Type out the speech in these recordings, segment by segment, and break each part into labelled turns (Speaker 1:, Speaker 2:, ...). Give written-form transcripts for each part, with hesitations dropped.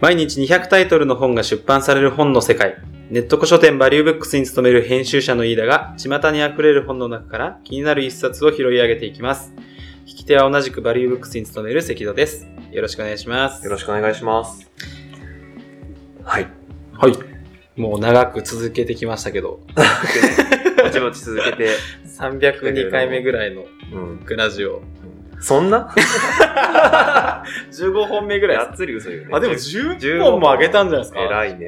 Speaker 1: 毎日200タイトルの本が出版される本の世界。ネット古書店バリューブックスに勤める編集者の飯田が、巷に溢れる本の中から気になる一冊を拾い上げていきます。聞き手は同じくバリューブックスに勤める関戸です。よろしくお願いします。
Speaker 2: よろしくお願いします。はい。
Speaker 1: はい。もう長く続けてきましたけど。
Speaker 2: ぼちぼち続けて。
Speaker 1: 302回目ぐらいのグラジオ。
Speaker 2: そんな
Speaker 1: ?15 本目ぐらい。
Speaker 2: がっつり嘘言うね。
Speaker 1: あ、でも10本も上げたんじゃないですか。
Speaker 2: 偉いね。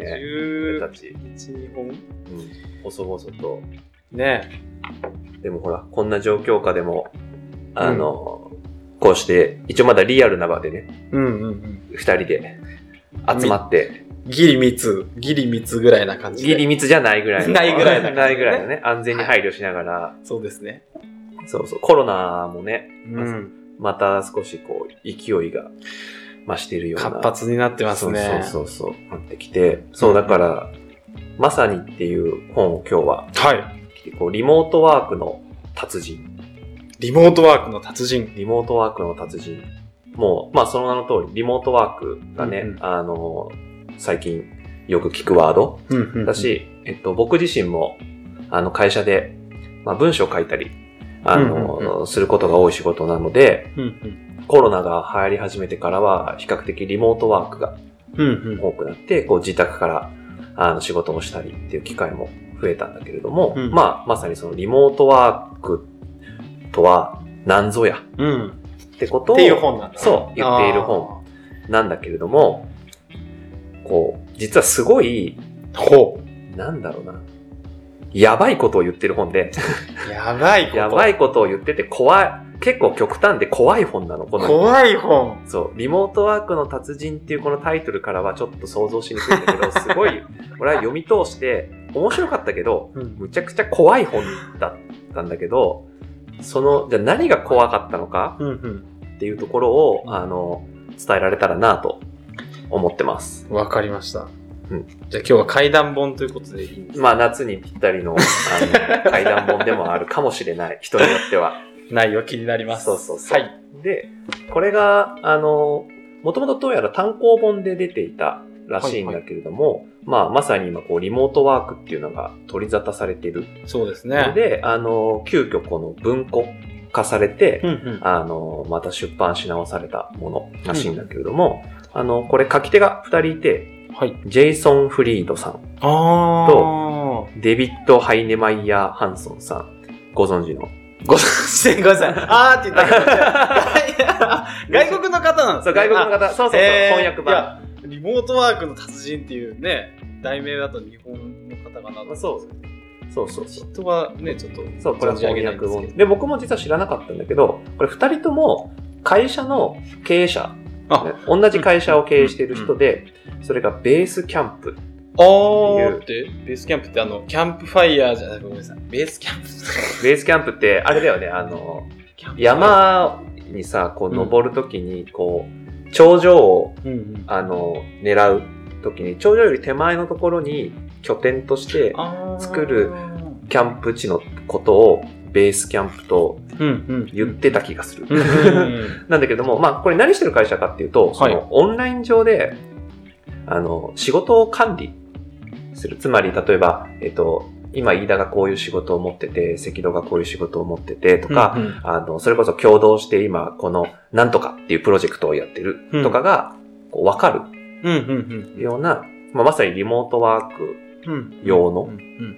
Speaker 1: 11、2本
Speaker 2: 細々と。
Speaker 1: ね
Speaker 2: え。でもほら、こんな状況下でも、こうして、一応まだリアルな場でね、二人で集まって、
Speaker 1: ギリ密ぐらいな感じで。
Speaker 2: ギリ密じゃないぐらいの。
Speaker 1: ないぐらいな感じで、ね。
Speaker 2: ないぐらいのね。安全に配慮しながら。はい、
Speaker 1: そうですね。
Speaker 2: そうそう。コロナもね、また少しこう、勢いが増しているような。
Speaker 1: 活発になってますね。
Speaker 2: そう。なってきて。そう、だから、まさにっていう本を今日は。
Speaker 1: はい。
Speaker 2: こうリモートワークの達人。
Speaker 1: リモートワークの達人。
Speaker 2: リモートワークの達人。もう、まあその名の通り、リモートワークがね、最近よく聞くワードだし、僕自身も、会社で、まあ文章を書いたり、することが多い仕事なので、コロナが流行り始めてからは、比較的リモートワークが多くなって、こう自宅から仕事をしたりっていう機会も増えたんだけれども、まあ、まさにそのリモートワークとは何ぞや、ってことを、
Speaker 1: っていう本なんだ。
Speaker 2: そう、言っている本なんだけれども、こう、実はすごい、なんだろうな、やばいことを言ってる本で、
Speaker 1: やばい
Speaker 2: ことを言ってて怖い、結構極端で怖い本なの、この。
Speaker 1: 怖い本。
Speaker 2: そう、リモートワークの達人っていうこのタイトルからはちょっと想像しにくいんだけど、すごい、俺は読み通して面白かったけど、むちゃくちゃ怖い本だったんだけど、じゃあ何が怖かったのかっていうところを、伝えられたらなと思ってます。
Speaker 1: わかりました。じゃあ今日は怪談本ということでいいんですか？
Speaker 2: まあ夏にぴったりの、怪談本でもあるかもしれない。人によっては。
Speaker 1: 内容気になります。
Speaker 2: そう。
Speaker 1: はい。
Speaker 2: で、これが、もともとどうやら単行本で出ていたらしいんだけれども、まあまさに今こうリモートワークっていうのが取り沙汰されている。
Speaker 1: そうですね。
Speaker 2: で、急遽この文庫化されて、また出版し直されたものらしいんだけれども、これ書き手が2人いて、ジェイソン・フリードさんとデビッド・ハイネマイヤー・ハンソンさん、ご存知の。
Speaker 1: ごめんなさい。あーって言ったけど。外国の方なんですね。
Speaker 2: そう、外国の方。そう、翻訳版。
Speaker 1: リモートワークの達人っていうね、題名だと日本の方がな。
Speaker 2: そう。
Speaker 1: 人はね、ちょっと。
Speaker 2: そう、これは翻訳本。で、僕も実は知らなかったんだけど、これ2人とも会社の経営者。同じ会社を経営している人で、それがベースキャンプ。
Speaker 1: ベースキャンプってキャンプファイヤーじゃない、ごめんなさい。ベースキャンプってあれだよね、山にさ、こう登るときに、こう、頂上を、狙うときに、頂上より手前のところに拠点として作るキャンプ地のことをベースキャンプと言ってた気がする。なんだけども、まあ、これ何してる会社かっていうと、そのオンライン上で、仕事を管理する。つまり、例えば、今、飯田がこういう仕事を持ってて、関戸がこういう仕事を持ってて、とか、それこそ共同して今、この、なんとかっていうプロジェクトをやってるとかが、こう、わかるような、まさにリモートワーク用の、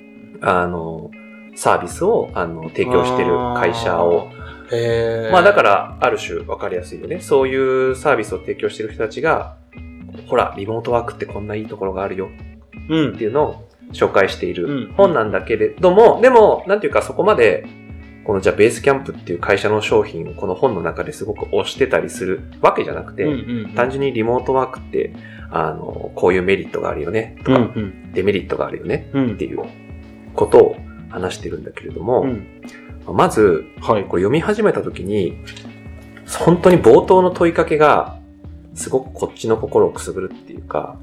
Speaker 1: サービスを、提供してる会社を、まあ、だから、ある種わかりやすいよね。そういうサービスを提供してる人たちが、ほら、リモートワークってこんないいところがあるよ。っていうのを紹介している本なんだけれども、でも、なんていうかそこまで、このじゃあベースキャンプっていう会社の商品をこの本の中ですごく推してたりするわけじゃなくて、単純にリモートワークって、こういうメリットがあるよね、とか、デメリットがあるよね、っていうことを話してるんだけれども、まず、これ読み始めた時に、本当に冒頭の問いかけが、すごくこっちの心をくすぐるっていうか、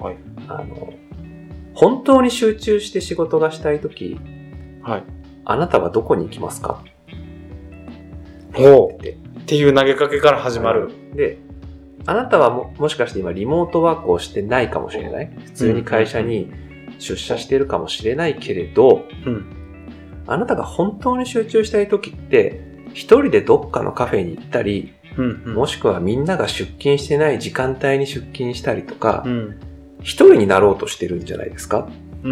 Speaker 1: 本当に集中して仕事がしたいとき、あなたはどこに行きますか？ っていう投げかけから始まる。
Speaker 2: で、 あなたはもしかして今リモートワークをしてないかもしれない。普通に会社に出社しているかもしれないけれど、あなたが本当に集中したい時って、一人でどっかのカフェに行ったり、もしくはみんなが出勤してない時間帯に出勤したりとか、一人になろうとしてるんじゃないですか？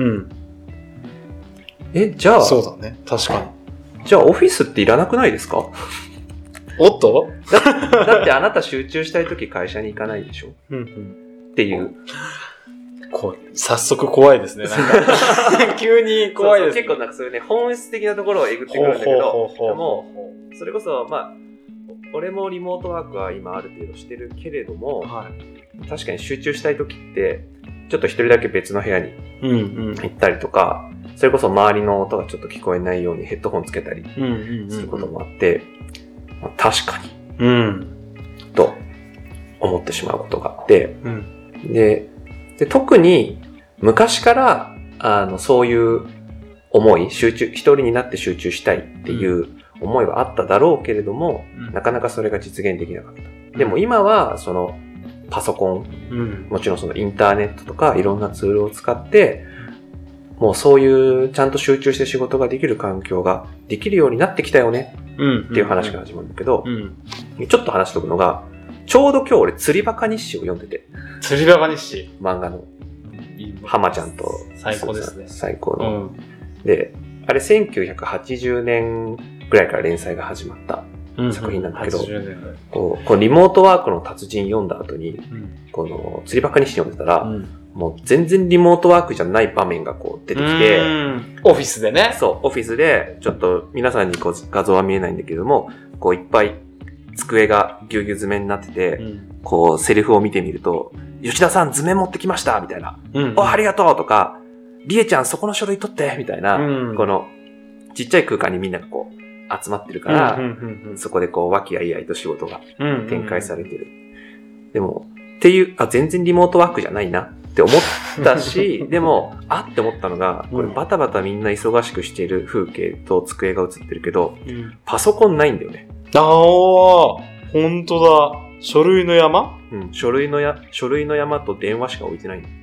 Speaker 2: じゃあ、
Speaker 1: そうだね。確か
Speaker 2: に。じゃあオフィスっていらなくないですか？
Speaker 1: おっと
Speaker 2: だってあなた集中したい時会社に行かないでしょ？っていう。
Speaker 1: 早速怖いですね。なんか急に怖いです、ね。
Speaker 2: 結構なんかそういうね、本質的なところをえぐってくるんだけど、でも、それこそ、俺もリモートワークは今ある程度してるけれども、確かに集中したい時って、ちょっと一人だけ別の部屋に行ったりとか、それこそ周りの音がちょっと聞こえないようにヘッドホンつけたりすることもあって、確かに、と思ってしまうことがあって、で、特に昔からそういう思い、一人になって集中したいっていう思いはあっただろうけれども、なかなかそれが実現できなかった。でも今はそのパソコン、もちろんそのインターネットとかいろんなツールを使って、もうそういうちゃんと集中して仕事ができる環境ができるようになってきたよねっていう話が始まるんだけど、ちょっと話しておくのが、ちょうど今日俺釣りバカ日誌を読んでて。
Speaker 1: 釣りバカ日誌
Speaker 2: 漫画の。浜ちゃんと。
Speaker 1: 最高ですね。
Speaker 2: 最高の。で、あれ1980年ぐらいから連載が始まった作品なんだけど、こうリモートワークの達人読んだ後に、この釣りバカ日誌読んでたら、もう全然リモートワークじゃない場面がこう出てきて、
Speaker 1: オフィスでね。
Speaker 2: そう、オフィスで、ちょっと皆さんにこう画像は見えないんだけども、こういっぱい机がぎゅうぎゅう詰めになってて、こうセリフを見てみると、吉田さん図面持ってきましたみたいな。ありがとうとか、りえちゃんそこの書類取ってみたいな、このちっちゃい空間にみんながこう集まってるから、そこでこう和気あいあいと仕事が展開されてる。でも、っていう、全然リモートワークじゃないなって思ったし、でも、って思ったのが、これバタバタみんな忙しくしている風景と机が映ってるけど、パソコンないんだよね。
Speaker 1: ほんとだ。書類の山？
Speaker 2: 書類の山と電話しか置いてないの。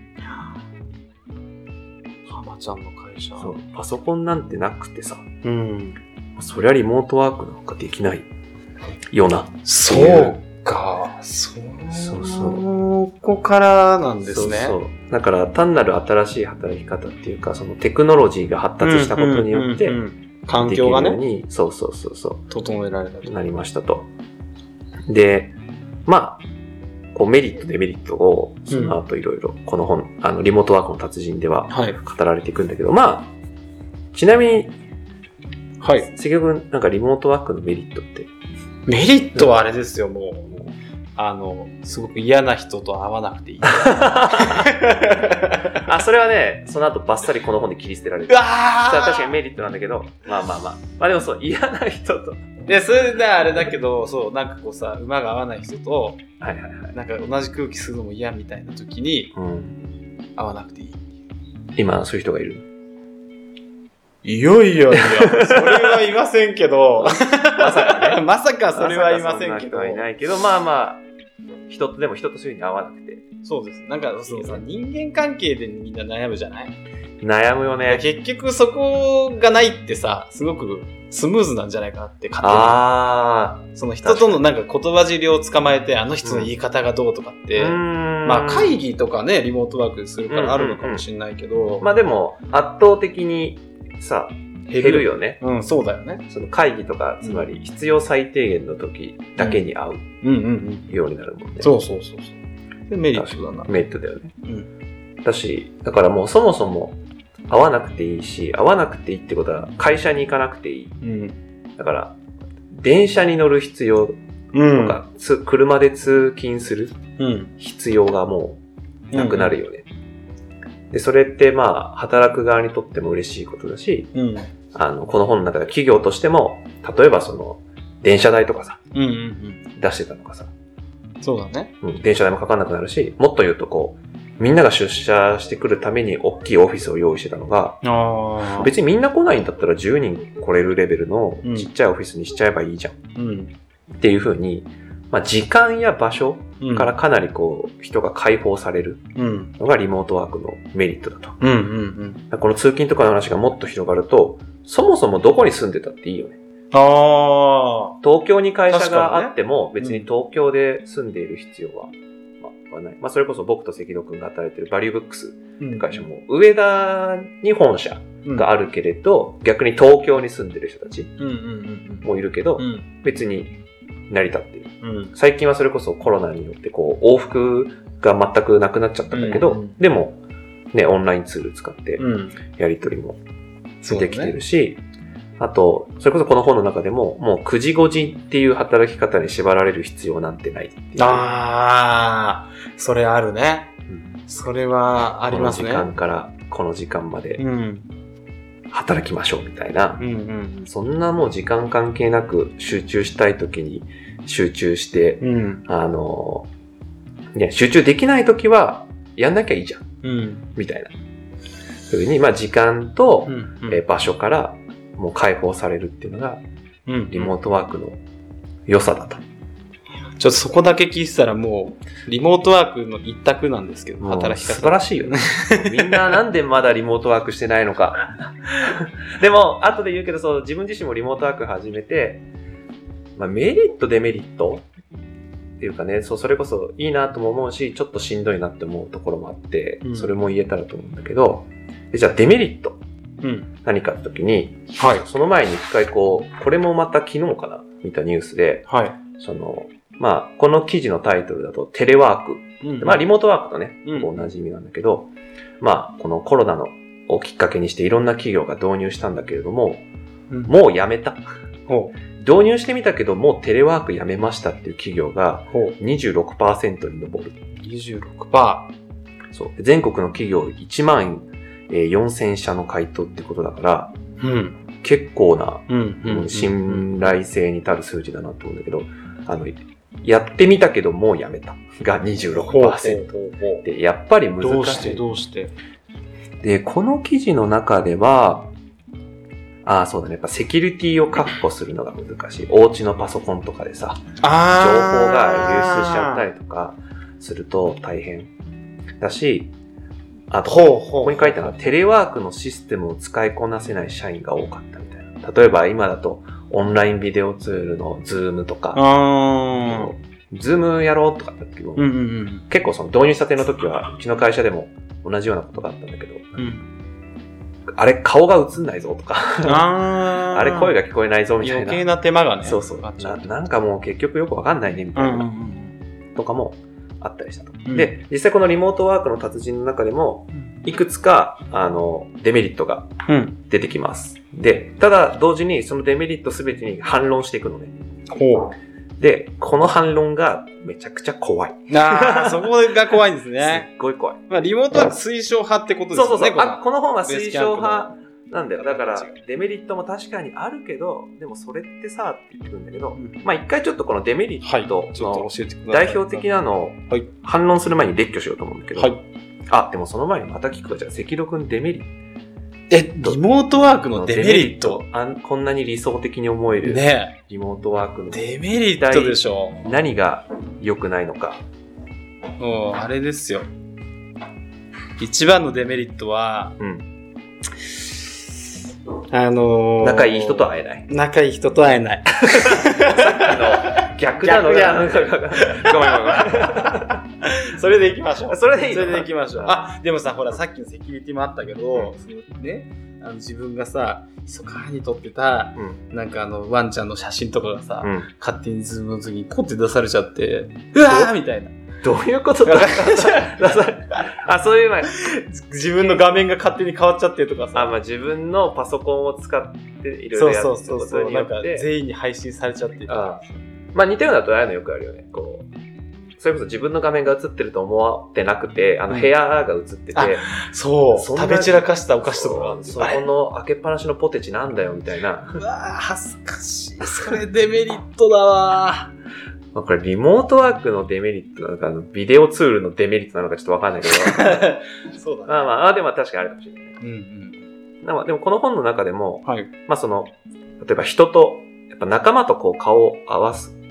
Speaker 1: 浜ちゃんの会社。
Speaker 2: そう。パソコンなんてなくてさ。そりゃリモートワークなんかできないよな。
Speaker 1: そうか。そこからなんですね。
Speaker 2: そう。だから単なる新しい働き方っていうか、そのテクノロジーが発達したことによって、
Speaker 1: 環境がね、
Speaker 2: そう。
Speaker 1: 整えられた
Speaker 2: と。なりましたと。で、こうメリット、デメリットを、その後いろいろ、この本、リモートワークの達人では語られていくんだけど、ちなみに、関谷君、なんかリモートワークのメリットって？
Speaker 1: メリットはあれですよ、もう。すごく嫌な人と会わなくていい。
Speaker 2: それはね、その後バッサリこの本で切り捨てられる。確かにメリットなんだけど、でもそう、嫌な人と。
Speaker 1: で、それであれだけど、そう、なんかこうさ、馬が合わない人と、なんか同じ空気するのも嫌みたいな時に、会わなくていい。
Speaker 2: 今、そういう人がいる？
Speaker 1: いや、それはいませんけど。まさかね。まさかそれはいませんけど。
Speaker 2: そんな人はいないけど、人とそういう風に会わなくて。
Speaker 1: そうです。なんかそうさ、人間関係でみんな悩むじゃない？
Speaker 2: 悩むよね。
Speaker 1: 結局そこがないってさ、すごくスムーズなんじゃないかなって勝手に。その人とのなんか言葉尻を捕まえて、あの人の言い方がどうとかって、会議とかね、リモートワークするからあるのかもしれないけど。
Speaker 2: でも、圧倒的にさ、減るよね。
Speaker 1: そうだよね。
Speaker 2: その会議とか、つまり必要最低限の時だけに会うようになるもんね。
Speaker 1: そう。でメリットだな。
Speaker 2: メリットだよね。だし、だからもうそもそも会わなくていいし、会わなくていいってことは会社に行かなくていい。だから、電車に乗る必要とか、車で通勤する必要がもうなくなるよね。で、それって働く側にとっても嬉しいことだし、この本の中で企業としても、例えばその、電車代とかさ、出してたのかさ。
Speaker 1: そうだね。
Speaker 2: 電車代もかかんなくなるし、もっと言うとこう、みんなが出社してくるために大きいオフィスを用意してたのが、別にみんな来ないんだったら10人来れるレベルのちっちゃいオフィスにしちゃえばいいじゃん。っていう風に、 まあ、時間や場所からかなりこう、人が解放されるのがリモートワークのメリットだと。この通勤とかの話がもっと広がると、そもそもどこに住んでたっていいよね。東京に会社があっても、別に東京で住んでいる必要は、ない。まあ、それこそ僕と関戸くんが働いてるバリューブックスって会社も、上田に本社があるけれど、逆に東京に住んでる人たちもいるけど、別に成り立っている。最近はそれこそコロナによってこう往復が全くなくなっちゃったんだけど、でもね、オンラインツール使ってやり取りもできてるし、あと、それこそこの本の中でも、もう9時5時っていう働き方に縛られる必要なんてないっていう。
Speaker 1: それあるね。それはありますね。
Speaker 2: この時間からこの時間まで働きましょうみたいな。そんなもう時間関係なく集中したい時に集中して、集中できない時はやんなきゃいいじゃん。みたいな。ふうに、まあ時間と、場所からもう解放されるっていうのが、リモートワークの良さだと。
Speaker 1: ちょっとそこだけ聞いてたらもう、リモートワークの一択なんですけど、働き方。
Speaker 2: 素晴らしいよね。みんななんでまだリモートワークしてないのか。でも、後で言うけど、そう、自分自身もリモートワーク始めて、まあ、メリット、デメリットっていうかね、それこそいいなとも思うし、ちょっとしんどいなって思うところもあって、それも言えたらと思うんだけど、じゃあデメリット。何かって時に、その前に一回これもまた昨日かな見たニュースで、まあ、この記事のタイトルだとテレワーク。まあ、リモートワークとね、同じ意味なんだけど、まあ、このコロナのをきっかけにしていろんな企業が導入したんだけれども、もうやめた。導入してみたけど、もうテレワークやめましたっていう企業が 26% に上る。
Speaker 1: 26%。
Speaker 2: そう。全国の企業1万4000社の回答ってことだから、結構な信頼性に足る数字だなと思うんだけど、やってみたけどもうやめたが 26%。で、やっぱり難しい。
Speaker 1: どうして
Speaker 2: で、この記事の中では、そうだね。やっぱセキュリティを確保するのが難しい。お家のパソコンとかでさ、情報が流出しちゃったりとかすると大変だし、あと、ここに書いてあるのはテレワークのシステムを使いこなせない社員が多かったみたいな。例えば今だとオンラインビデオツールのズームとか、ズームやろうとかだけど、結構その導入したての時はうちの会社でも同じようなことがあったんだけど、あれ顔が映んないぞとかあれ声が聞こえないぞみたいな。
Speaker 1: 余計な手間がね。
Speaker 2: そうそう。なんかもう結局よくわかんないねみたいな。とかもあったりしたと。で、実際このリモートワークの達人の中でも、いくつか、デメリットが出てきます。で、ただ同時にそのデメリットすべてに反論していくのね。で、この反論がめちゃくちゃ怖い。
Speaker 1: そこが怖いんですね。
Speaker 2: すっごい怖い。
Speaker 1: まあ、リモートワーク推奨派ってことですね。
Speaker 2: そう。この本は推奨派なんだよ。だから、デメリットも確かにあるけど、でもそれってさ、って言ってるんだけど、まあ一回ちょっとこのデメリットの代表的なのを反論する前に列挙しようと思うんだけど、でもその前にまた聞くわ。じゃあ、関戸くんデメリット。
Speaker 1: リモートワークのデメリット。
Speaker 2: こんなに理想的に思えるリモートワークの
Speaker 1: デメリットでしょ。
Speaker 2: 何が良くないのか。
Speaker 1: あれですよ。一番のデメリットは、
Speaker 2: 仲いい人と会えない。
Speaker 1: 仲いい人と会えない。
Speaker 2: 逆なのが、ごめん。
Speaker 1: それでいきましょう。
Speaker 2: それで
Speaker 1: いきましょう。でもさ、ほら、さっきのセキュリティもあったけど、自分がさ、密かに撮ってた、なんかワンちゃんの写真とかがさ、勝手にズームの時にポッて出されちゃって、うわーみたいな。
Speaker 2: どういうことだそういう前。
Speaker 1: 自分の画面が勝手に変わっちゃってとかさ。
Speaker 2: 自分のパソコンを使っていろいろやってることによって。
Speaker 1: なんか全員に配信されちゃってとか。
Speaker 2: 似たようなとああいうのよくあるよね。それこそ自分の画面が映ってると思ってなくて、部屋が映ってて。
Speaker 1: 食べ散らかしたお菓子とかがあるんですよ。
Speaker 2: そこの開けっぱなしのポテチなんだよ、みたいな。
Speaker 1: うわー、恥ずかしい。それデメリットだわー。
Speaker 2: これリモートワークのデメリットなのか、ビデオツールのデメリットなのかちょっとわかんないけど。
Speaker 1: そうだね。
Speaker 2: でも確かにあるかもしれない。でもこの本の中でも、例えば人と、やっぱ仲間と顔を合わす。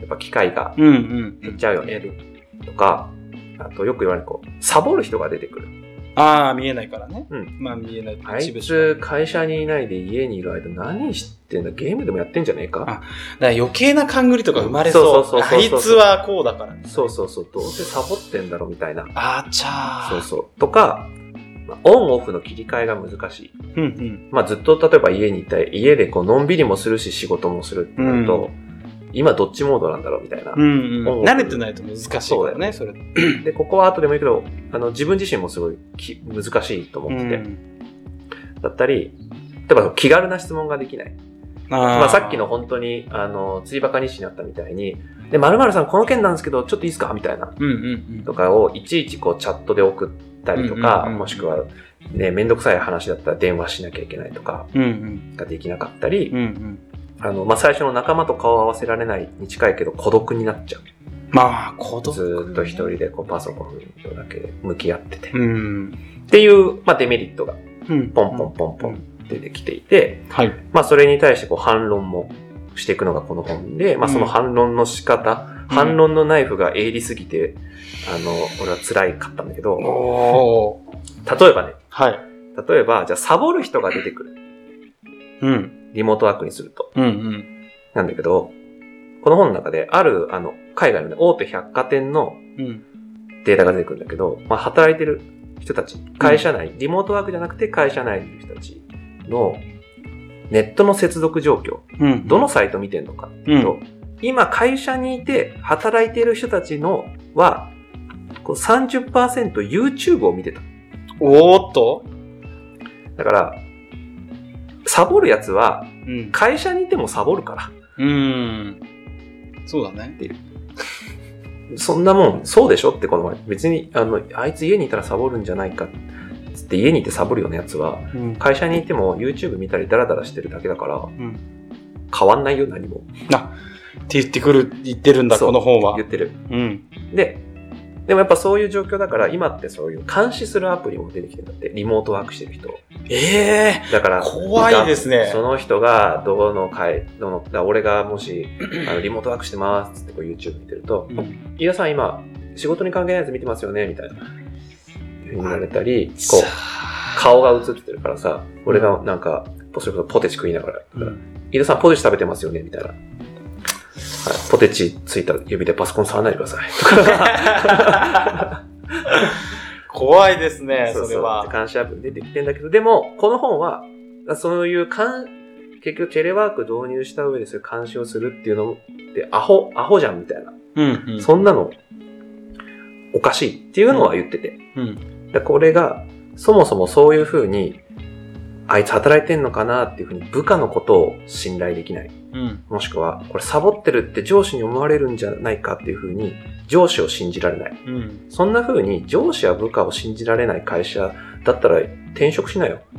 Speaker 2: っぱ機会が減っちゃうよね、とか、あとよく言われるサボる人が出てくる。
Speaker 3: ああ、見えないからね。まあ見えない。
Speaker 2: あいつ会社にいないで家にいる間何してんだ、ゲームでもやってんじゃねえか。
Speaker 3: だから余計な勘繰りとか生まれそう。あいつはこうだからね。
Speaker 2: そう。どうせサボってんだろみたいな。
Speaker 3: あちゃ
Speaker 2: ー。そう。とか、オンオフの切り替えが難しい。まあずっと例えば家にいたい、家でのんびりもするし仕事もするってなると、今どっちモードなんだろうみたいな。
Speaker 3: 慣れてないと難しいからね、それ。
Speaker 2: で、ここは後でもいいけど、自分自身もすごい難しいと思ってて。だったり、例えば気軽な質問ができない。まあさっきの本当に、釣りバカ日誌にあったみたいに、で、〇〇さんこの件なんですけど、ちょっといいですかみたいな。とかをいちいちチャットで送ったりとか、もしくは、ね、めんどくさい話だったら電話しなきゃいけないとか、ができなかったり、まあ、最初の仲間と顔を合わせられないに近いけど孤独になっちゃう。
Speaker 3: まあ、孤独。
Speaker 2: ずっと一人でパソコンとだけで向き合ってて。っていう、まあ、デメリットが、ポンポン出てきていて、まあ、それに対して反論もしていくのがこの本で、まあ、その反論の仕方、反論のナイフが鋭利すぎて、俺は辛かったんだけど、例えばね、例えば、じゃあ、サボる人が出てくる。リモートワークにすると。なんだけど、この本の中で、ある、海外のね、大手百貨店のデータが出てくるんだけど、まあ、働いてる人たち、会社内、リモートワークじゃなくて会社内にいる人たちのネットの接続状況、どのサイト見てんのかっていうと、今会社にいて働いている人たちのは、30% YouTube を見てた。
Speaker 3: おーっと
Speaker 2: だから、サボるやつは、会社にいてもサボるから。
Speaker 3: そうだね。
Speaker 2: っていう。そんなもん、そうでしょってこの前。別に、あいつ家にいたらサボるんじゃないか。つって家にいてサボるようなやつは、会社にいても YouTube 見たりダラダラしてるだけだから、変わんないよ、何も。
Speaker 3: って言ってるんだ、この本は。
Speaker 2: 言ってる。でもやっぱそういう状況だから、今ってそういう監視するアプリも出てきてるんだって、リモートワークしてる人。だから、
Speaker 3: 怖いですね。
Speaker 2: その人が、俺がもし、リモートワークしてますってYouTube 見てると、飯田さん今、仕事に関係ないやつ見てますよねみたいな。いうふうに言われたり、顔が映ってるからさ、俺がなんか、それこそポテチ食いながら、飯田さんポテチ食べてますよねみたいな。ポテチついた指でパソコン触らないでください。
Speaker 3: 怖いですね、それは。
Speaker 2: 監視アプリ出てきてんだけど、でも、この本は、そういう結局テレワーク導入した上でそういう監視をするっていうのってアホじゃんみたいな。そんなの、おかしいっていうのは言ってて。これが、そもそもそういう風に、あいつ働いてんのかなっていう風に部下のことを信頼できない。もしくは、これサボってるって上司に思われるんじゃないかっていう風に、上司を信じられない。そんな風に上司や部下を信じられない会社だったら転職しなよ。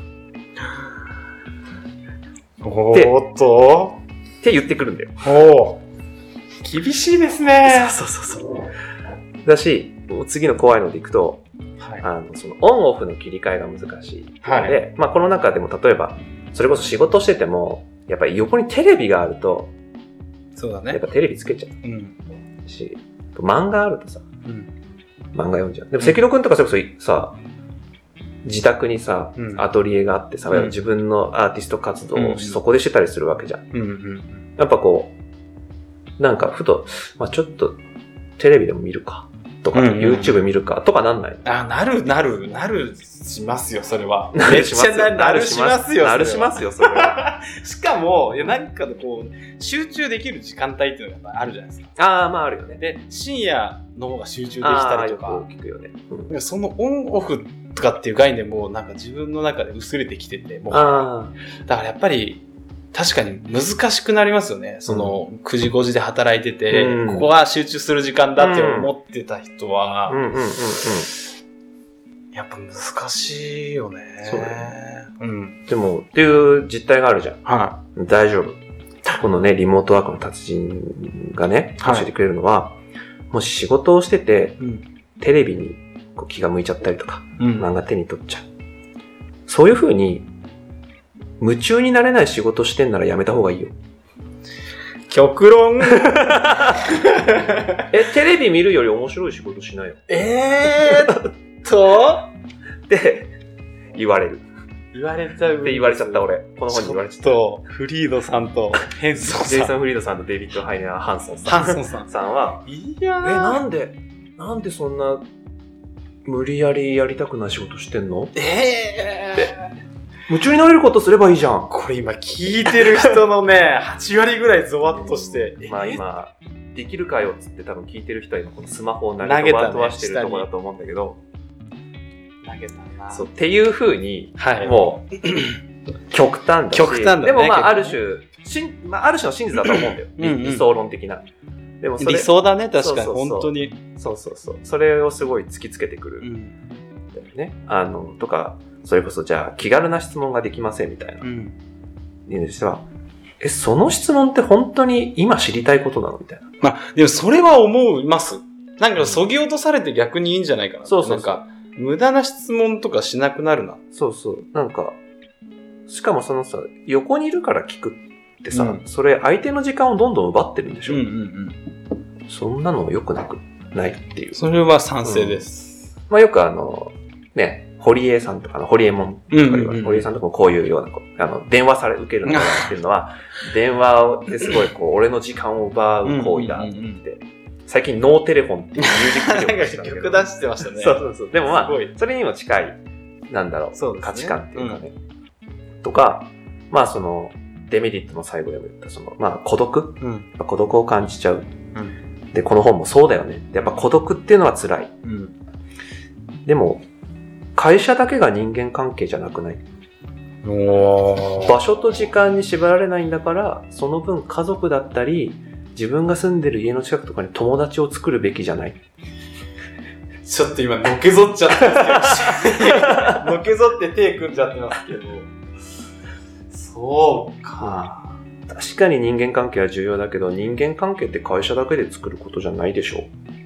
Speaker 2: って言ってくるんだよ。
Speaker 3: 厳しいですね。
Speaker 2: そう。だし、次の怖いのでいくと、そのオンオフの切り替えが難しいので、まあこの中でも例えば、それこそ仕事してても、やっぱり横にテレビがあると、
Speaker 3: そうだね。
Speaker 2: やっぱテレビつけちゃう。し、漫画あるとさ、漫画読んじゃう。でも関戸くんとかそれこそさ、自宅にさ、アトリエがあってさ、自分のアーティスト活動をそこでしてたりするわけじゃん。やっぱなんかふと、まあちょっとテレビでも見るか。とか、YouTube 見るかとかなんない。
Speaker 3: なるしますよ、それは。めっちゃなるしますよ、
Speaker 2: それは。
Speaker 3: しかも、なんか集中できる時間帯っていうのがあるじゃないですか。
Speaker 2: まああるよね。
Speaker 3: で、深夜の方が集中できたりとか。
Speaker 2: よく聞くよね。
Speaker 3: そのオンオフとかっていう概念もなんか自分の中で薄れてきてて、だからやっぱり、確かに難しくなりますよね。9時5時で働いてて、ここは集中する時間だって思ってた人は、やっぱ難しいよね。
Speaker 2: そうだね。でも、っていう実態があるじゃん。大丈夫。このね、リモートワークの達人がね、教えてくれるのは、もし仕事をしてて、テレビに気が向いちゃったりとか、漫画手に取っちゃう。そういう風に、夢中になれない仕事してんならやめた方がいいよ。
Speaker 3: 極論
Speaker 2: テレビ見るより面白い仕事しないよ。って言われる。
Speaker 3: 言われちゃう。
Speaker 2: って言われちゃった俺。この本に言われちゃった。
Speaker 3: フリードさんとヘンソンさん。
Speaker 2: ジェイソン・フリードさんとデイビッド・ハイネア・ハンソンさんは、
Speaker 3: いやー。
Speaker 2: なんでそんな無理やりやりたくない仕事してんの？夢中になれることすればいいじゃん。
Speaker 3: これ今聞いてる人のね、8割ぐらいゾワッとして。
Speaker 2: まあ今、できるかよっつって多分聞いてる人は今このスマホを投げ飛ばしてるところだと思うんだけど。
Speaker 3: 投げたな。
Speaker 2: そう、っていう風に、
Speaker 3: はい、
Speaker 2: もう、極端だし。
Speaker 3: 極端だね。
Speaker 2: でもまあある種の真実だと思うんだよ。理想論的な。でも
Speaker 3: 理想だね、確かに。本当に。
Speaker 2: そう。それをすごい突きつけてくる。だよね。とか、それこそじゃあ気軽な質問ができませんみたいな。にしては、その質問って本当に今知りたいことなのみたいな。
Speaker 3: まあ、でもそれは思います。なんかそぎ落とされて逆にいいんじゃないかな。そう。なんか、無駄な質問とかしなくなるな。
Speaker 2: そう。なんか、しかもそのさ、横にいるから聞くってさ、それ相手の時間をどんどん奪ってるんでしょ。そんなの良くないっていう。
Speaker 3: それは賛成です。
Speaker 2: まあよくね、堀江さんとか堀江門とか言われる。堀江さんとかもこういうような、電話受けるのがっていうのは、電話ですごい俺の時間を奪う行為だって。最近ノーテレフォンっていうミュージックビデオを出したんだけど。
Speaker 3: 曲出してましたね。
Speaker 2: そう。でもまあ、それにも近い、価値観っていうかね。とか、まあその、デメリットの最後でも言ったまあ孤独、孤独を感じちゃう。で、この本もそうだよね。やっぱ孤独っていうのは辛い。でも、会社だけが人間関係じゃなくない？場所と時間に縛られないんだから、その分家族だったり、自分が住んでる家の近くとかに友達を作るべきじゃない？
Speaker 3: ちょっと今、のけぞっちゃってますけど。のけぞって手組んじゃってますけど。そうか。
Speaker 2: 確かに人間関係は重要だけど、人間関係って会社だけで作ることじゃないでしょ。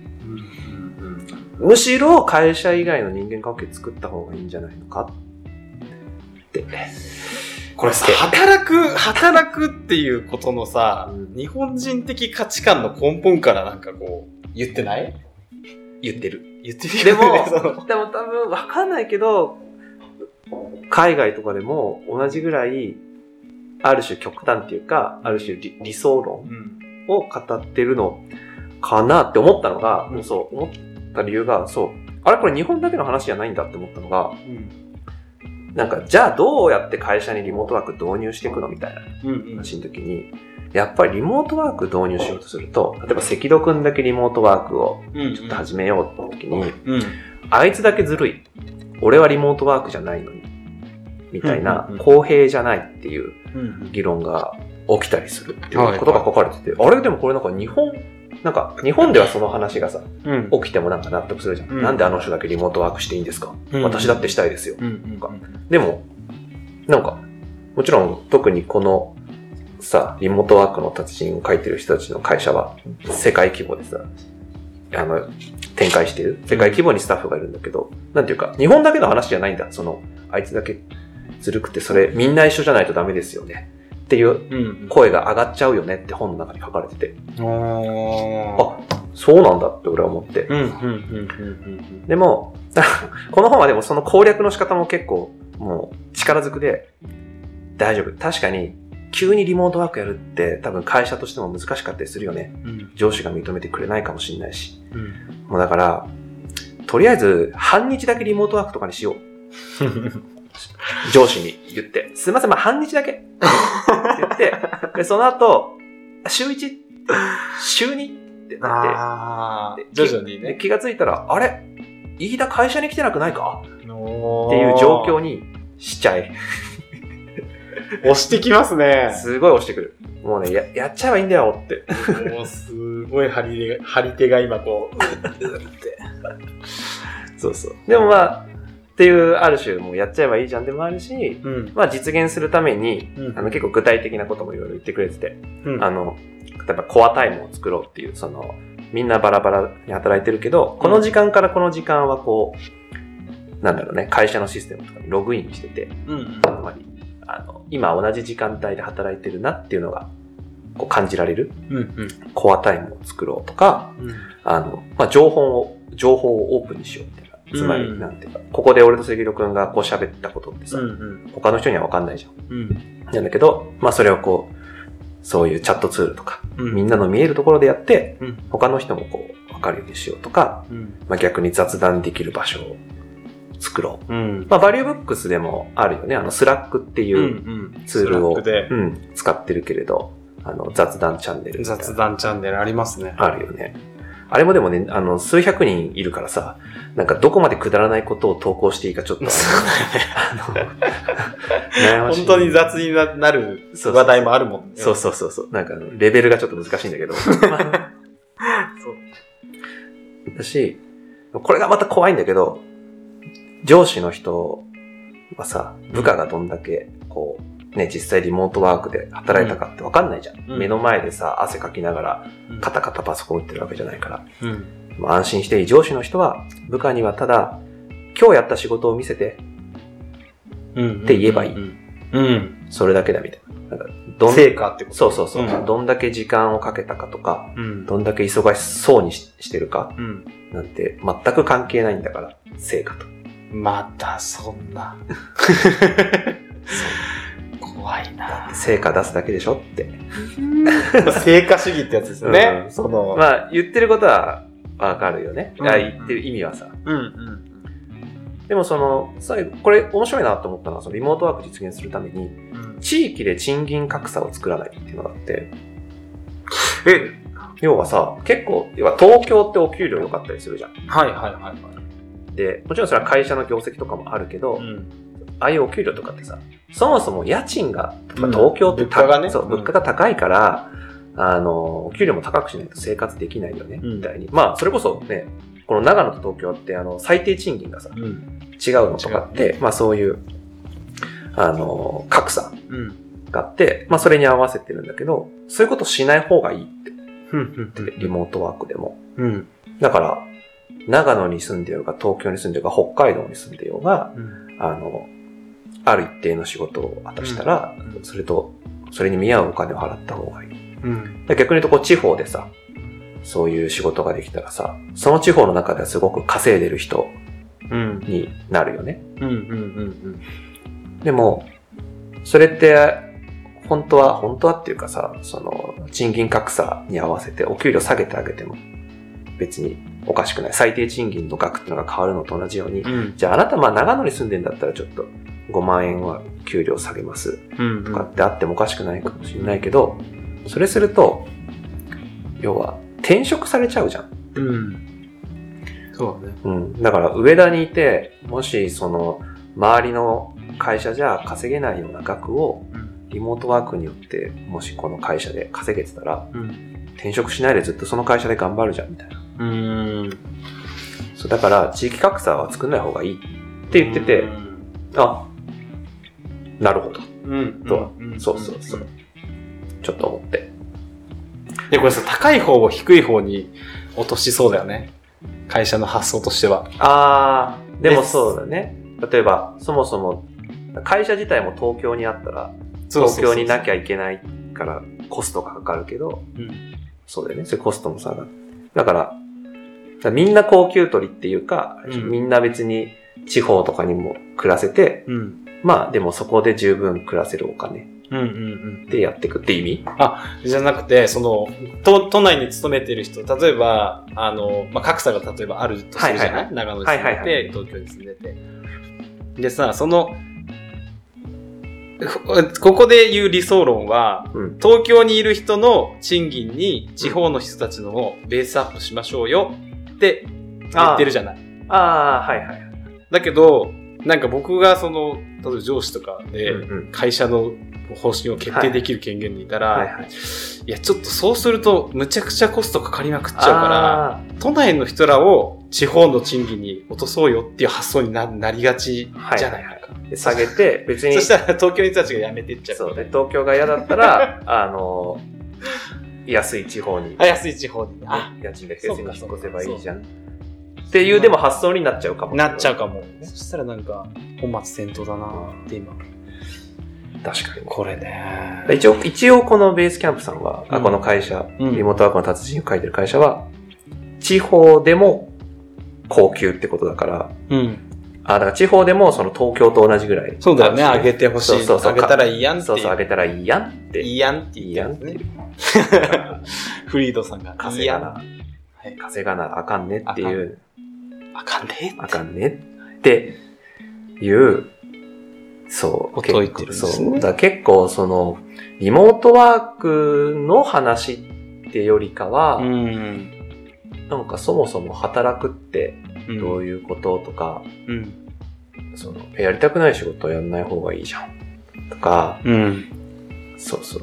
Speaker 2: むしろ会社以外の人間関係作った方がいいんじゃないのかって。
Speaker 3: これさ、働くっていうことのさ、日本人的価値観の根本からなんかこう、言ってない？
Speaker 2: 言ってる。
Speaker 3: で
Speaker 2: も多分わかんないけど、海外とかでも同じぐらい、ある種極端っていうか、ある種理想論を語ってるのかなって思ったのが、そう思った理由が、あれこれ日本だけの話じゃないんだって思ったのが、なんかじゃあどうやって会社にリモートワーク導入していくのみたいな話の時に、やっぱりリモートワーク導入しようとすると、例えば赤戸くんだけリモートワークをちょっと始めようって時に、あいつだけずるい。俺はリモートワークじゃないのに。みたいな、公平じゃないっていう議論が起きたりするっていうことが書かれてて、あれでもこれなんか日本ではその話がさ、起きてもなんか納得するじゃん。なんであの人だけリモートワークしていいんですか？私だってしたいですよ。でも、なんか、もちろん特にこのさ、リモートワークの達人を書いてる人たちの会社は世界規模でさ、展開してる。世界規模にスタッフがいるんだけど、なんていうか、日本だけの話じゃないんだ。あいつだけずるくて、それみんな一緒じゃないとダメですよね。っていう声が上がっちゃうよねって本の中に書かれてて。あ、そうなんだって俺は思って。でも、この本はでもその攻略の仕方も結構もう力ずくで大丈夫。確かに急にリモートワークやるって多分会社としても難しかったりするよね。上司が認めてくれないかもしれないし。もうだから、とりあえず半日だけリモートワークとかにしよう。上司に言って、すいません、半日だけって言って、で、その後、週 1、週 2 ってなって、
Speaker 3: 徐々にね。
Speaker 2: 気がついたら、あれ飯田会社に来てなくないかっていう状況にしちゃえ。
Speaker 3: 押してきますね。
Speaker 2: すごい押してくる。もうね、やっちゃえばいいんだよって。
Speaker 3: もうすごい張り手が今こう、って。
Speaker 2: そう。でもっていう、ある種、もうやっちゃえばいいじゃんでもあるし、実現するために、結構具体的なこともいろいろ言ってくれてて、例えばコアタイムを作ろうっていう、みんなバラバラに働いてるけど、この時間からこの時間はこう、なんだろうね、会社のシステムとかにログインしてて、つまり、今同じ時間帯で働いてるなっていうのがこう感じられる、
Speaker 3: うんうん、
Speaker 2: コアタイムを作ろうとか、
Speaker 3: うん、
Speaker 2: まあ、情報をオープンにしようみたいな。つまり、なんていうか、ここで俺と関戸くんがこう喋ったことってさ、他の人には分かんないじゃん。なんだけど、まあそれをこう、そういうチャットツールとか、みんなの見えるところでやって、他の人もこう、分かるようにしようとか、まあ逆に雑談できる場所を作ろう。まあバリューブックスでもあるよね。スラックっていうツールを、使ってるけれど、雑談チャンネル。
Speaker 3: 雑談チャンネルありますね。
Speaker 2: あるよね。あれもでもね、数百人いるからさ、なんかどこまでくだらないことを投稿していいかちょっと悩ましい。
Speaker 3: 本当に雑になる話題もあるもんね。
Speaker 2: そう。なんかレベルがちょっと難しいんだけど。そう。だし、これがまた怖いんだけど、上司の人はさ、部下がどんだけ、こう、ね、実際リモートワークで働いたかって分かんないじゃん。目の前でさ、汗かきながら、カタカタパソコン打ってるわけじゃないから。まあ、安心していい上司の人は、部下にはただ、今日やった仕事を見せて、って言えばいい。それだけだみたいな。なんか
Speaker 3: 成果ってこと。
Speaker 2: そう。どんだけ時間をかけたかとか、どんだけ忙しそうにしてるか、なんて全く関係ないんだから、成果と。
Speaker 3: またそんな。怖いな。
Speaker 2: 成果出すだけでしょって。
Speaker 3: 成果主義ってやつですよね。
Speaker 2: まあ、言ってることはわかるよね。言ってる意味はさ。でもこれ面白いなと思ったのは、リモートワーク実現するために、地域で賃金格差を作らないっていうのがあって。要はさ、結構、東京ってお給料良かったりするじゃん。で、もちろんそれは会社の業績とかもあるけど、ああいうお給料とかってさ、そもそも家賃が、東京って物価が高いから、お給料も高くしないと生活できないよね、みたいに。まあ、それこそね、この長野と東京って最低賃金がさ、違うのとかって、まあそういう、格差があって、まあそれに合わせてるんだけど、そういうことしない方がいいって。リモートワークでも。だから、長野に住んでようが、東京に住んでようが、北海道に住んでようが、ある一定の仕事を果たしたら、それに見合うお金を払った方がいい。逆に言うと、地方でさ、そういう仕事ができたらさ、その地方の中ではすごく稼いでる人になるよね。でも、それって、本当はっていうかさ、賃金格差に合わせてお給料下げてあげても別におかしくない。最低賃金の額っていうのが変わるのと同じように、じゃああなた長野に住んでんだったらちょっと5万円は給料下げますとかってあってもおかしくないかもしれないけど、それすると、要は転職されちゃうじゃん。
Speaker 3: そうだね。
Speaker 2: だから上田にいて、もし周りの会社じゃ稼げないような額をリモートワークによってもしこの会社で稼げてたら、転職しないでずっとその会社で頑張るじゃんみたいな。そうだから地域格差は作んない方がいいって言ってて、なるほど。とは、そう。ちょっと思って。
Speaker 3: で、これさ、高い方を低い方に落としそうだよね。会社の発想としては。
Speaker 2: でもそうだね。例えば、そもそも、会社自体も東京にあったら、東京になきゃいけないからコストがかかるけど、そうだよね。そういうコストも下がる。だから、みんな高級取りっていうか、みんな別に地方とかにも暮らせて、まあでもそこで十分暮らせるお金でやっていくって意味？
Speaker 3: じゃなくて、都内に勤めてる人、例えば、格差が例えばあるとするじゃない？長野に住んでて、東京に住んでて。でさ、ここで言う理想論は、東京にいる人の賃金に地方の人たちのをベースアップしましょうよって言ってるじゃない。だけど、なんか僕が例えば上司とかで会社の方針を決定できる権限にいたら、いやちょっとそうするとむちゃくちゃコストかかりまくっちゃうから、都内の人らを地方の賃金に落とそうよっていう発想になりがちじゃないか。
Speaker 2: 下げて、別に。
Speaker 3: そしたら東京の人たちが辞めてっちゃう。
Speaker 2: そうね。東京が嫌だったら、安い地方に。
Speaker 3: 安い地方に。
Speaker 2: 家賃が安いに引っ越せばいいじゃん。っていう、でも発想になっちゃうかも。
Speaker 3: なっちゃうかも。そしたらなんか、本末転倒だなって今。
Speaker 2: 確かに。
Speaker 3: これね。
Speaker 2: 一応このベースキャンプさんは、この会社、
Speaker 3: うん、
Speaker 2: リモートワークの達人を書いてる会社は、地方でも高級ってことだから、
Speaker 3: うん。
Speaker 2: だから地方でもその東京と同じぐらい。
Speaker 3: そうだよね、上げてほしい。
Speaker 2: そう
Speaker 3: 上げたらいいやんって。
Speaker 2: そうそう、上げたらいいやんって。
Speaker 3: いいやんって
Speaker 2: いいやんっていう。
Speaker 3: フリードさんが。
Speaker 2: 稼がな。稼がなあかんねっていう。
Speaker 3: あかんね
Speaker 2: あかんねっていう、そう。
Speaker 3: ことを言ってるんですね。
Speaker 2: そう。だ結構その、リモートワークの話ってよりかは、なんかそもそも働くってどういうこととか、そのやりたくない仕事はやんない方がいいじゃんとか、そうそう。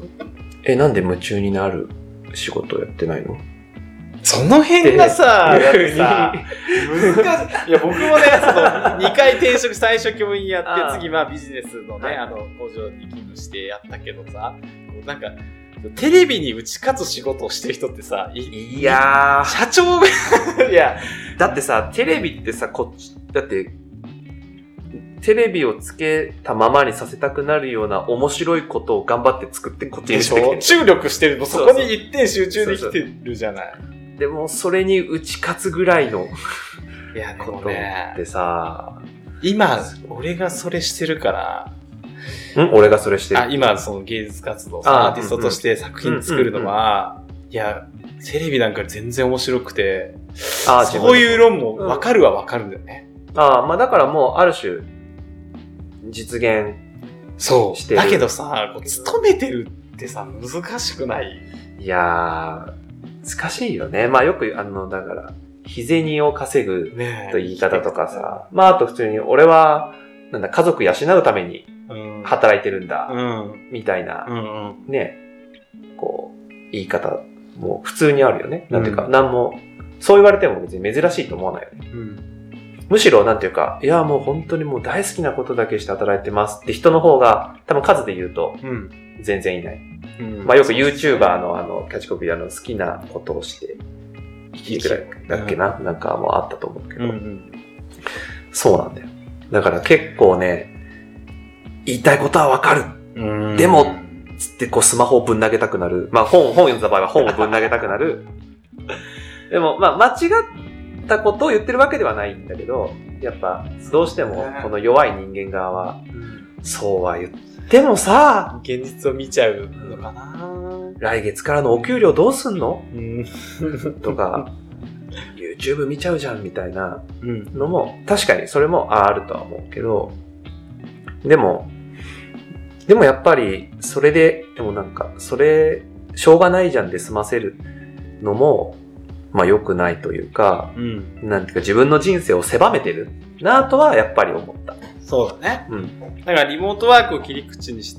Speaker 2: なんで夢中になる仕事をやってないの？
Speaker 3: その辺がさ、だってさ、難しい。いや、僕もね、2回転職、最初教員やって、次ビジネスのね、工場に勤務してやったけどさ、なんか、テレビに打ち勝つ仕事をしてる人ってさ、
Speaker 2: いやー、
Speaker 3: 社長が、いや、
Speaker 2: だってさ、テレビってさ、だって、テレビをつけたままにさせたくなるような面白いことを頑張って作ってこっちにしてる。
Speaker 3: 注力してるの、そこに一点集中できてるじゃない。
Speaker 2: でも、それに打ち勝つぐらいの
Speaker 3: ことって
Speaker 2: さ、
Speaker 3: 今、俺がそれしてるから、
Speaker 2: 俺がそれしてる。
Speaker 3: 今、その芸術活動、アーティストとして作品作るのは、いや、テレビなんか全然面白くて、そういう論も分かるは分かるんだよね。
Speaker 2: まあだからもう、ある種、実現してる。
Speaker 3: だけどさ、勤めてるってさ、難しくない？
Speaker 2: いやー、難しいよね。まあよく、だから、日銭を稼ぐと言い方とかさ、まああと普通に、俺は、家族養うために働いてるんだ、みたいな、ね、こう、言い方も普通にあるよね。なんていうか、なんも、そう言われても別に珍しいと思わないよね。むしろ、なんていうか、いや、もう本当にもう大好きなことだけして働いてますって人の方が、多分数で言うと、全然いない。まあよく YouTuber のキャッチコピー好きなことをしていいくらいだっけな、なんかもうあったと思うけど、そうなんだよ。だから結構ね、言いたいことはわかる。でも、つってこうスマホをぶん投げたくなる。まあ本読んだ場合は本をぶん投げたくなる。でもまあ間違ったことを言ってるわけではないんだけど、やっぱどうしてもこの弱い人間側は、そうは言ってもさ、
Speaker 3: 現実を見ちゃうのかな。
Speaker 2: 来月からのお給料どうすんの？とか、YouTube 見ちゃうじゃんみたいなのも、確かにそれもあるとは思うけど、でもやっぱりそれで、でもなんか、それ、しょうがないじゃんで済ませるのも、まあ良くないというか、なんていうか自分の人生を狭めてるなぁとはやっぱり思った。
Speaker 3: そうだね。だからリモートワークを切り口にして、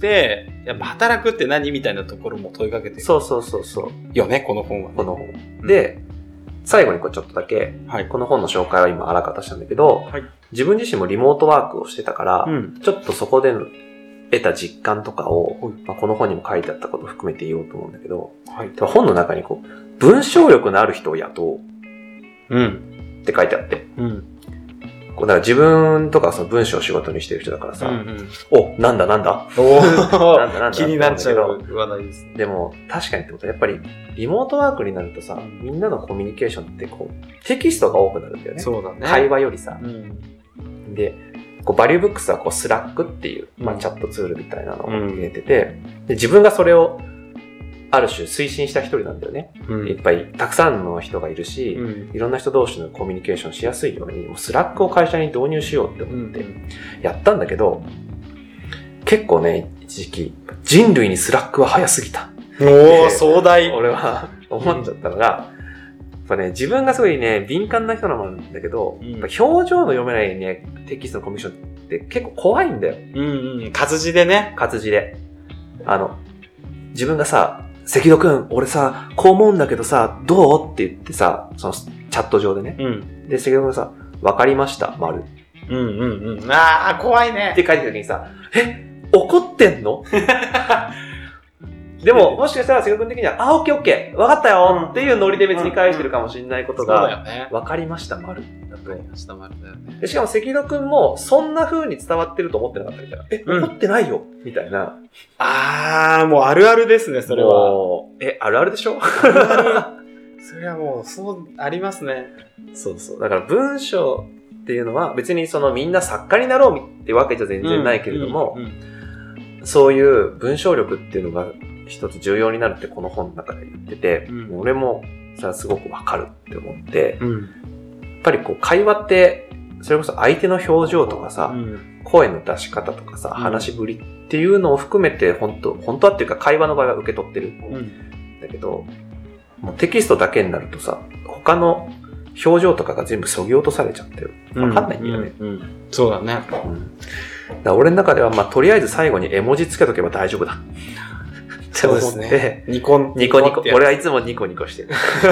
Speaker 3: やっぱ働くって何みたいなところも問いかけてる。
Speaker 2: そう。
Speaker 3: よね、この本は、ね。
Speaker 2: この本。で、最後にちょっとだけ、この本の紹介は今あらかたしたんだけど、自分自身もリモートワークをしてたから、ちょっとそこで得た実感とかを、まあ、この本にも書いてあったことを含めて言おうと思うんだけど、本の中に文章力のある人を雇う。って書いてあって。だから自分とかその文章を仕事にしてる人だからさ、なんだ
Speaker 3: 気になっちゃう話題です。
Speaker 2: でも確かにってことはやっぱりリモートワークになるとさ、みんなのコミュニケーションってテキストが多くなるんだよね。
Speaker 3: そうだね。
Speaker 2: 会話よりさ。で、バリューブックスはスラックっていう、まあ、チャットツールみたいなのを入れてて、で自分がそれをある種推進した一人なんだよね。いっぱいたくさんの人がいるし、いろんな人同士のコミュニケーションしやすいように、もうスラックを会社に導入しようって思ってやったんだけど、結構ね、一時期人類にスラックは早すぎた。
Speaker 3: 壮大。
Speaker 2: 俺は思っちゃったのが、やっぱね、自分がすごいね、敏感な人なんだけど、やっぱ表情の読めないね、テキストのコミュニケーションって結構怖いんだよ。
Speaker 3: 活字でね。
Speaker 2: 活字で。自分がさ、関戸くん、俺さ、こう思うんだけどさ、どうって言ってさ、そのチャット上でね。で、関戸くんがさ、わかりました、丸。
Speaker 3: 怖いね。
Speaker 2: って書いてた時にさ、怒ってんのでも、もしかしたら、瀬川君的には、あ、オッケーオッケー、わかったよっていうノリで別に返してるかもしれないことが、わかりました、丸。
Speaker 3: わかりました、丸だよね。
Speaker 2: でしかも、関戸君も、そんな風に伝わってると思ってなかったみたいな。怒ってないよみたいな。
Speaker 3: もうあるあるですね、それは。
Speaker 2: あるあるでしょ？
Speaker 3: あるある。それはもう、そう、ありますね。
Speaker 2: そうそう。だから文章っていうのは別にみんな作家になろうってわけじゃ全然ないけれども、そういう文章力っていうのが一つ重要になるってこの本の中で言ってて、俺もさ、すごくわかるって思って、やっぱり会話って、それこそ相手の表情とかさ、声の出し方とかさ、話しぶりっていうのを含めて本当はっていうか会話の場合は受け取ってる。だけど、もうテキストだけになるとさ、他の表情とかが全部削ぎ落とされちゃってる。わかんないんだよね。
Speaker 3: そうだね。
Speaker 2: だから俺の中では、とりあえず最後に絵文字つけとけば大丈夫だ。
Speaker 3: そうですね。ニコニコ。
Speaker 2: 俺はいつもニコニコしてる。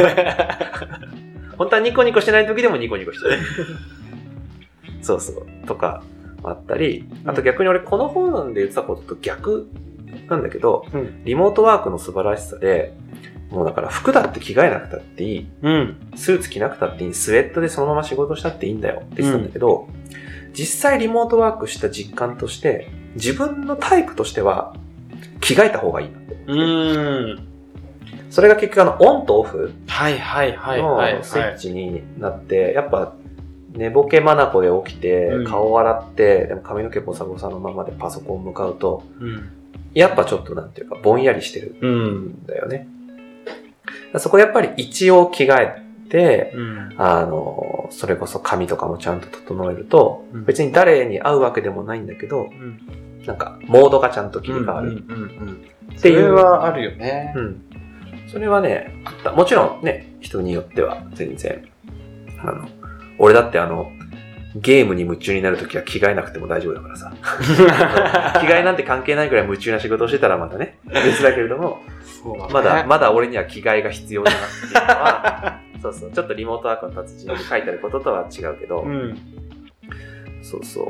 Speaker 2: 本当はニコニコしてない時でもニコニコしてる。そうそう。とかあったり、あと逆に俺この本で言ってたことと逆なんだけど、リモートワークの素晴らしさで、もうだから服だって着替えなくたっていい、スーツ着なくたっていい、スウェットでそのまま仕事したっていいんだよって言ってたんだけど、実際リモートワークした実感として、自分のタイプとしては着替えた方がいいなって思って。それが結局オンとオフのスイッチになって、やっぱ寝ぼけまなこで起きて、顔洗って、でも髪の毛ボサボサのままでパソコン向かうと、やっぱちょっとなんていうかぼんやりしてるんだよね。そこでやっぱり一応着替えて、それこそ髪とかもちゃんと整えると、別に誰に会うわけでもないんだけど、なんかモードがちゃんと切り替わるっていう。
Speaker 3: それはあるよね。
Speaker 2: それはね、あった。もちろんね、人によっては全然、俺だってゲームに夢中になるときは着替えなくても大丈夫だからさ。着替えなんて関係ないくらい夢中な仕事をしてたらまたね、別だけれども、まだ俺には着替えが必要だなっていうのは、そうそう、ちょっとリモートワークの達人に書いてあることとは違うけど、そうそう、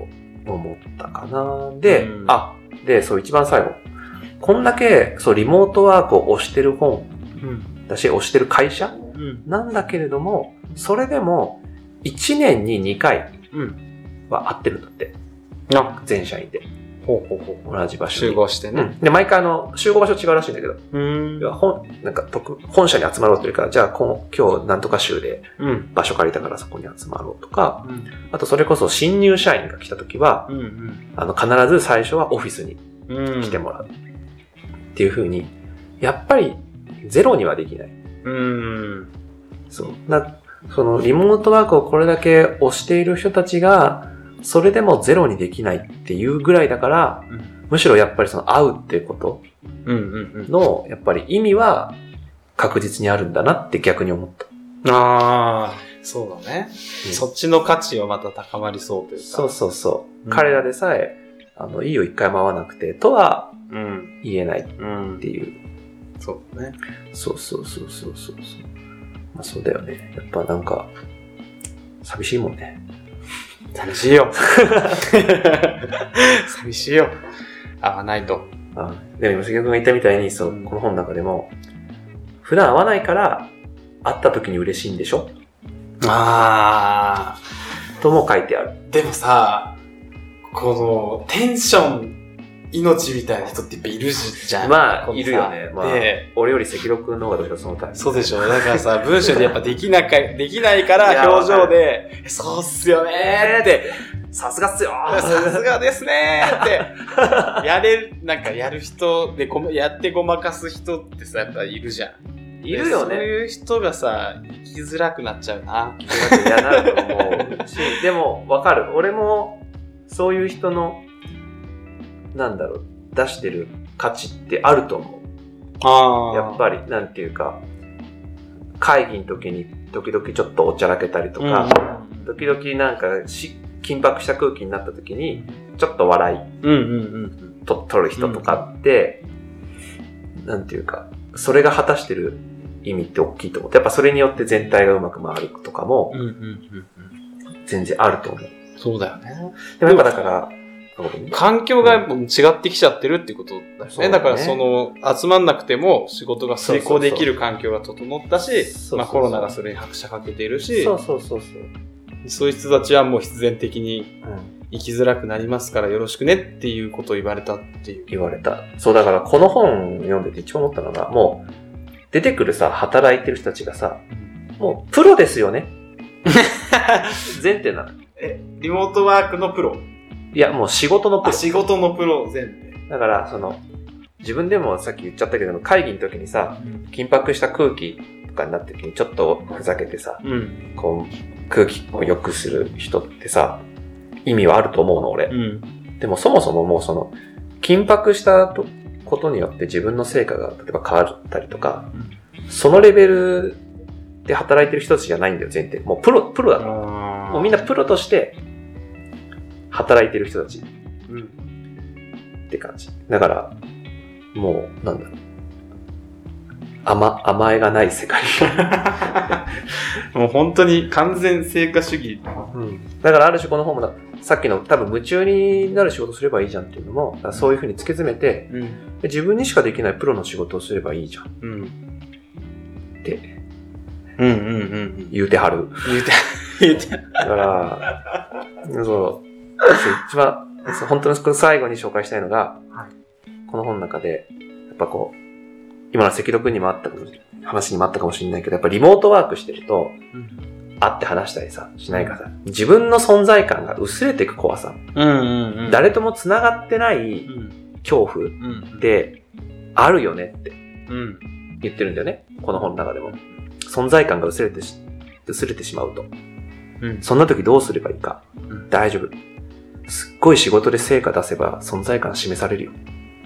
Speaker 2: 思ったかな。で、そう一番最後。こんだけ、リモートワークを推してる本だし、推してる会社なんだけれども、それでも、1年に2回は会ってるんだって。全社員で。同じ場所に。
Speaker 3: 集合してね。
Speaker 2: で、毎回集合場所違うらしいんだけど。なんか本社に集まろうというか、じゃあ今日なんとか州で場所借りたからそこに集まろうとか、あとそれこそ新入社員が来た時は、必ず最初はオフィスに来てもらう。っていう風に、やっぱりゼロにはできない。そう。そのリモートワークをこれだけ推している人たちが、それでもゼロにできないっていうぐらいだから、むしろやっぱり会うっていうことの、やっぱり意味は確実にあるんだなって逆に思った。
Speaker 3: そうだね。そっちの価値はまた高まりそうというか。
Speaker 2: そう。彼らでさえ、いいよ一回も会わなくて、とは言えないっていう。
Speaker 3: そうだね。
Speaker 2: そう。そうだよね。やっぱなんか、寂しいもんね。
Speaker 3: 寂しいよ。寂しいよ。会わないと。
Speaker 2: でも今、関君が言ったみたいに、この本の中でも、普段会わないから、会った時に嬉しいんでしょ？とも書いてある。
Speaker 3: でもさ、この、テンション、命みたいな人ってやっぱいるじゃん。
Speaker 2: いるよね。俺より関戸君の方がどうしようそのタイプ。
Speaker 3: そうでしょ。だからさ、文章でやっぱできないから表情で、そうっすよねーって、
Speaker 2: さすがっすよ
Speaker 3: ーさすがですねーって、やる人でやってごまかす人ってさ、やっぱいるじゃん。
Speaker 2: いるよね。
Speaker 3: そういう人がさ、生きづらくなっちゃうな。
Speaker 2: 生きづらく嫌なると思うし、でもわかる。俺も、そういう人の、出してる価値ってあると思う。やっぱり、なんていうか、会議の時に時々ちょっとおちゃらけたりとか、時々なんか緊迫した空気になった時に、ちょっと笑い、取る人とかって、なんていうか、それが果たしてる意味って大きいと思う。やっぱそれによって全体がうまく回るとかも、全然あると思う。
Speaker 3: そうだよね。
Speaker 2: でもやっぱだから、
Speaker 3: 環境がもう違ってきちゃってるっていうことだよね。だから集まんなくても仕事が遂行できる環境が整ったし、コロナがそれに拍車かけているし、そういう人たちはもう必然的に生きづらくなりますからよろしくねっていうことを言われたっていう。
Speaker 2: 言われた。そうだからこの本読んでて一番思ったのが、もう出てくるさ、働いてる人たちがさ、もうプロですよね。前提なの。
Speaker 3: リモートワークのプロ。
Speaker 2: いや、もう仕事のプロ。
Speaker 3: 仕事のプロ前提。
Speaker 2: だから、自分でもさっき言っちゃったけど、会議の時にさ、緊迫した空気とかになった時にちょっとふざけてさ、こう、空気を良くする人ってさ、意味はあると思うの、俺。でもそもそももう緊迫したことによって自分の成果が例えば変わったりとか、そのレベルで働いてる人たちじゃないんだよ、前提。もうプロだから。もうみんなプロとして働いてる人たち。って感じ。だから、もう、なんだろう。甘えがない世界。
Speaker 3: もう本当に完全成果主義。
Speaker 2: だからある種この本もさっきの多分夢中になる仕事すればいいじゃんっていうのも、そういうふうに突き詰めて、自分にしかできないプロの仕事をすればいいじゃん。って、言うてはる。
Speaker 3: 言うて。
Speaker 2: だから、一番、本当に最後に紹介したいのが、この本の中で、やっぱこう、今の関戸くんにもあった話にもあったかもしれないけど、やっぱリモートワークしてると、会って話したりさ、しないからさ、自分の存在感が薄れていく怖さ。誰とも繋がってない恐怖ってあるよねって言ってるんだよね。この本の中でも。存在感が薄れてしまうと。そんな時どうすればいいか。大丈夫。すっごい仕事で成果出せば存在感示されるよ。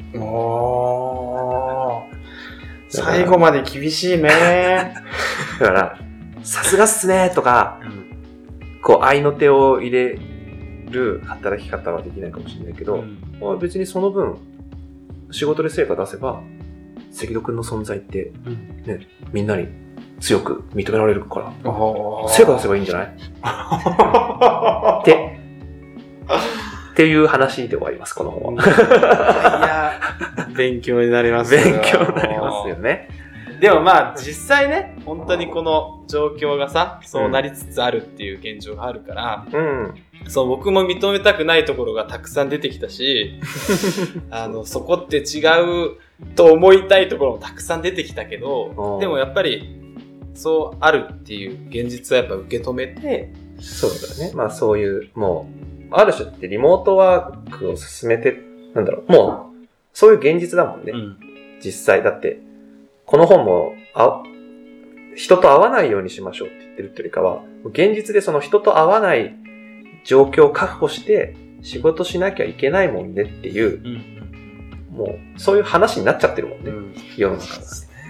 Speaker 3: 最後まで厳しいね。
Speaker 2: だから、さすがっすねとか、こう、合いの手を入れる働き方はできないかもしれないけど、別にその分、仕事で成果出せば、関戸くんの存在って、ね、みんなに強く認められるから、成果出せばいいんじゃないっていう話で終わります、この本は。
Speaker 3: いや、勉強になります
Speaker 2: よ。勉強になりますよね。
Speaker 3: でもまあ実際ね、本当にこの状況がさ、そうなりつつあるっていう現状があるから、そう僕も認めたくないところがたくさん出てきたし、そこって違うと思いたいところもたくさん出てきたけど、でもやっぱりそうあるっていう現実はやっぱ受け止めて、
Speaker 2: そうだね。まあそういうもうある種ってリモートワークを進めてもうそういう現実だもんね。実際だってこの本も人と会わないようにしましょうって言ってるっていうよりかは、現実でその人と会わない状況を確保して仕事しなきゃいけないもんねっていう、もうそういう話になっちゃってるもんね、世の中が。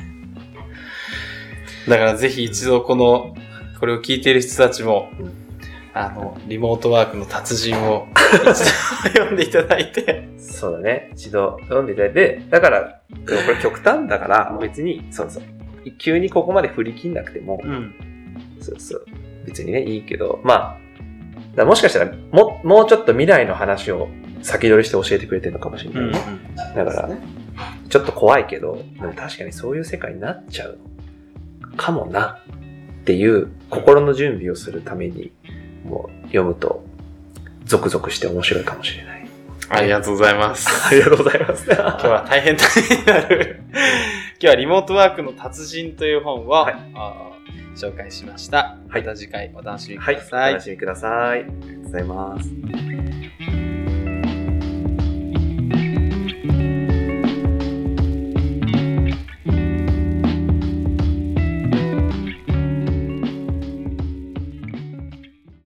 Speaker 3: だからぜひ一度これを聞いている人たちも、リモートワークの達人を一度読んでいただいて。
Speaker 2: そうだね。一度読んでいただいて、だから、これ極端だから、別に、急にここまで振り切んなくても、別にね、いいけど、まあ、もしかしたらもうちょっと未来の話を先取りして教えてくれてるのかもしれないね。だから、ちょっと怖いけど、でも確かにそういう世界になっちゃうのかもな、っていう心の準備をするために、もう読むとゾクゾクして面白いかもしれない。
Speaker 3: ありがとうございます。
Speaker 2: ありがとうございます。今
Speaker 3: 日は大変ためになる。今日はリモートワークの達人という本を、紹介しました。また次回お楽しみください。
Speaker 2: お楽しみください。ありがとうございます。